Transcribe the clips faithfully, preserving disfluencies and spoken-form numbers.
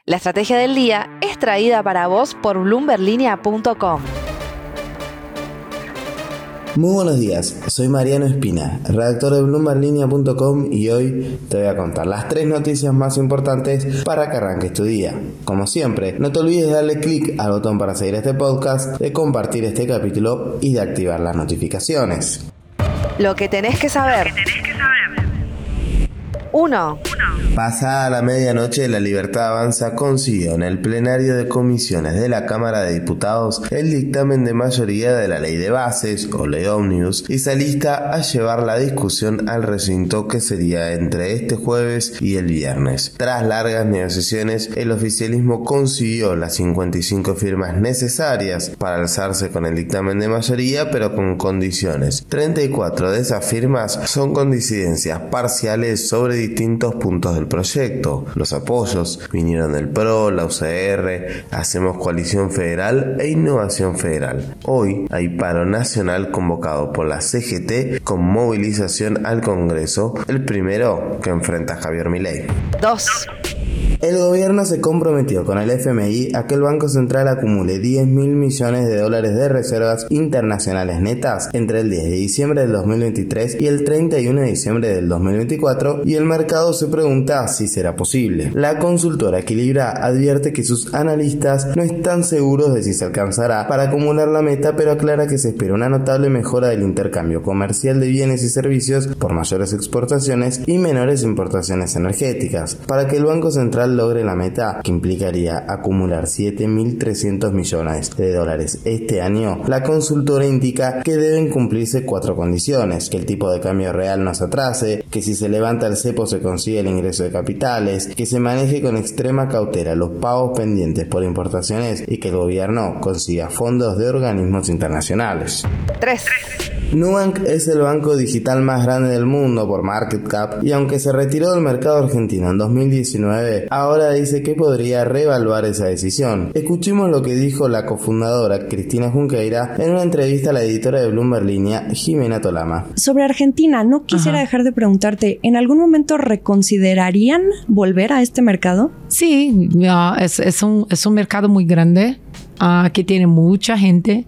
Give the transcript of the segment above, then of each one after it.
La estrategia del día es traída para vos por bloomberg linea punto com. Muy buenos días, soy Mariano Espina, redactor de bloomberg linea punto com y hoy te voy a contar las tres noticias más importantes para que arranques tu día. Como siempre, no te olvides de darle clic al botón para seguir este podcast, de compartir este capítulo y de activar las notificaciones. Lo que tenés que saber. uno. Pasada la medianoche, La Libertad Avanza consiguió en el plenario de comisiones de la Cámara de Diputados el dictamen de mayoría de la Ley de Bases, o Ley Ómnibus, y se alista a llevar la discusión al recinto que sería entre este jueves y el viernes. Tras largas negociaciones, el oficialismo consiguió las cincuenta y cinco firmas necesarias para alzarse con el dictamen de mayoría, pero con condiciones. treinta y cuatro de esas firmas son con disidencias parciales sobre distintos puntos del proyecto. Los apoyos vinieron del P R O, la U C R, Hacemos Coalición Federal e Innovación Federal. Hoy hay paro nacional convocado por la C G T con movilización al Congreso, el primero que enfrenta a Javier Milei. dos. El gobierno se comprometió con el F M I a que el Banco Central acumule diez mil millones de dólares de reservas internacionales netas entre el diez de diciembre del dos mil veintitrés y el treinta y uno de diciembre del dos mil veinticuatro, y el mercado se pregunta si será posible. La consultora Equilibra advierte que sus analistas no están seguros de si se alcanzará para acumular la meta, pero aclara que se espera una notable mejora del intercambio comercial de bienes y servicios por mayores exportaciones y menores importaciones energéticas. Para que el Banco Central logre la meta, que implicaría acumular siete mil trescientos millones de dólares este año, la consultora indica que deben cumplirse cuatro condiciones: que el tipo de cambio real no se atrase, que si se levanta el cepo se consigue el ingreso de capitales, que se maneje con extrema cautela los pagos pendientes por importaciones y que el gobierno consiga fondos de organismos internacionales. tres. Nubank es el banco digital más grande del mundo por market cap, y aunque se retiró del mercado argentino en dos mil diecinueve, ahora dice que podría reevaluar esa decisión. Escuchemos lo que dijo la cofundadora Cristina Junqueira en una entrevista a la editora de Bloomberg Linea, Jimena Tolama. Sobre Argentina, no quisiera Ajá. dejar de preguntarte, ¿en algún momento reconsiderarían volver a este mercado? Sí, uh, es, es, un, es un mercado muy grande. Uh, que tiene mucha gente,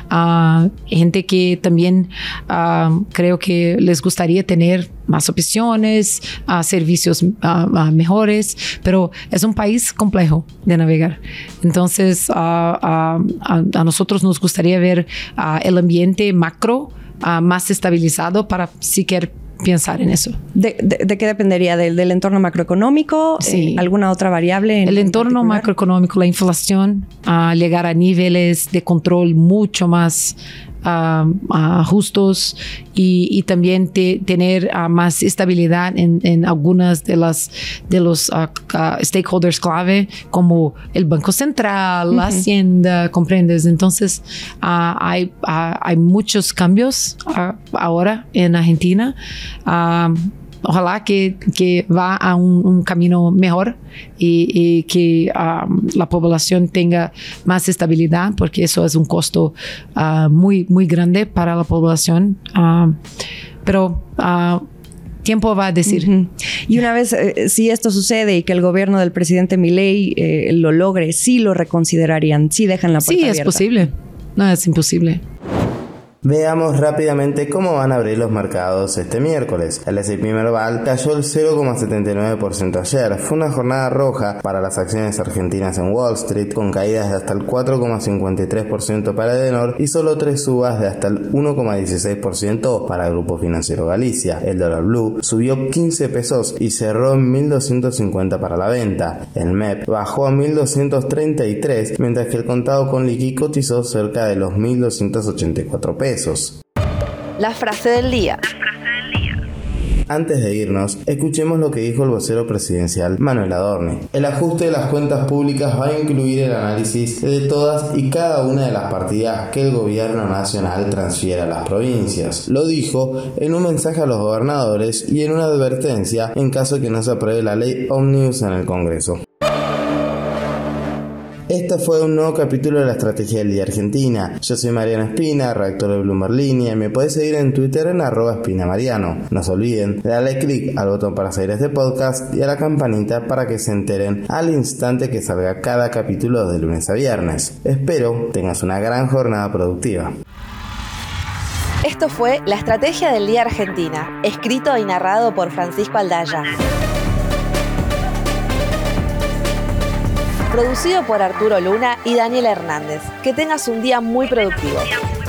uh, gente que también uh, creo que les gustaría tener más opciones, uh, servicios uh, uh, mejores, pero es un país complejo de navegar. Entonces, uh, uh, a, a nosotros nos gustaría ver uh, el ambiente macro uh, más estabilizado para siquiera pensar en eso. ¿De, de, de qué dependería? ¿Del, del entorno macroeconómico? Sí. Eh, ¿Alguna otra variable? En, el entorno en macroeconómico, la inflación, uh, llegar a niveles de control mucho más uh, uh, justos y, y también te, tener uh, más estabilidad en, en algunas de las de los uh, uh, stakeholders clave, como el Banco Central, uh-huh. la Hacienda, ¿comprendes? Entonces uh, hay, uh, hay muchos cambios uh, ahora en Argentina. Uh, ojalá que, que va a un, un camino mejor y, y que um, la población tenga más estabilidad, porque eso es un costo uh, muy, muy grande para la población. Uh, pero uh, tiempo va a decir. Uh-huh. Y una vez, eh, si esto sucede y que el gobierno del presidente Milei eh, lo logre, sí lo reconsiderarían, sí dejan la puerta sí, abierta. Sí, es posible. No es imposible. Veamos rápidamente cómo van a abrir los mercados este miércoles. El S and P Merval cayó el cero coma setenta y nueve por ciento ayer. Fue una jornada roja para las acciones argentinas en Wall Street, con caídas de hasta el cuatro coma cincuenta y tres por ciento para Edenor y solo tres subas de hasta el uno coma dieciséis por ciento para el Grupo Financiero Galicia. El dólar blue subió quince pesos y cerró en mil doscientos cincuenta para la venta. El M E P bajó a mil doscientos treinta y tres, mientras que el contado con liqui cotizó cerca de los mil doscientos ochenta y cuatro pesos. La frase del día. Antes de irnos, escuchemos lo que dijo el vocero presidencial Manuel Adorni. El ajuste de las cuentas públicas va a incluir el análisis de todas y cada una de las partidas que el gobierno nacional transfiere a las provincias. Lo dijo en un mensaje a los gobernadores y en una advertencia en caso que no se apruebe la ley Ómnibus en el Congreso. Este fue un nuevo capítulo de la Estrategia del Día Argentina. Yo soy Mariano Espina, redactor de Bloomberg Línea, y me podés seguir en Twitter en arroba espinamariano. No se olviden de darle clic al botón para seguir este podcast y a la campanita para que se enteren al instante que salga cada capítulo de lunes a viernes. Espero tengas una gran jornada productiva. Esto fue La Estrategia del Día Argentina, escrito y narrado por Francisco Aldaya. Producido por Arturo Luna y Daniel Hernández. Que tengas un día muy productivo.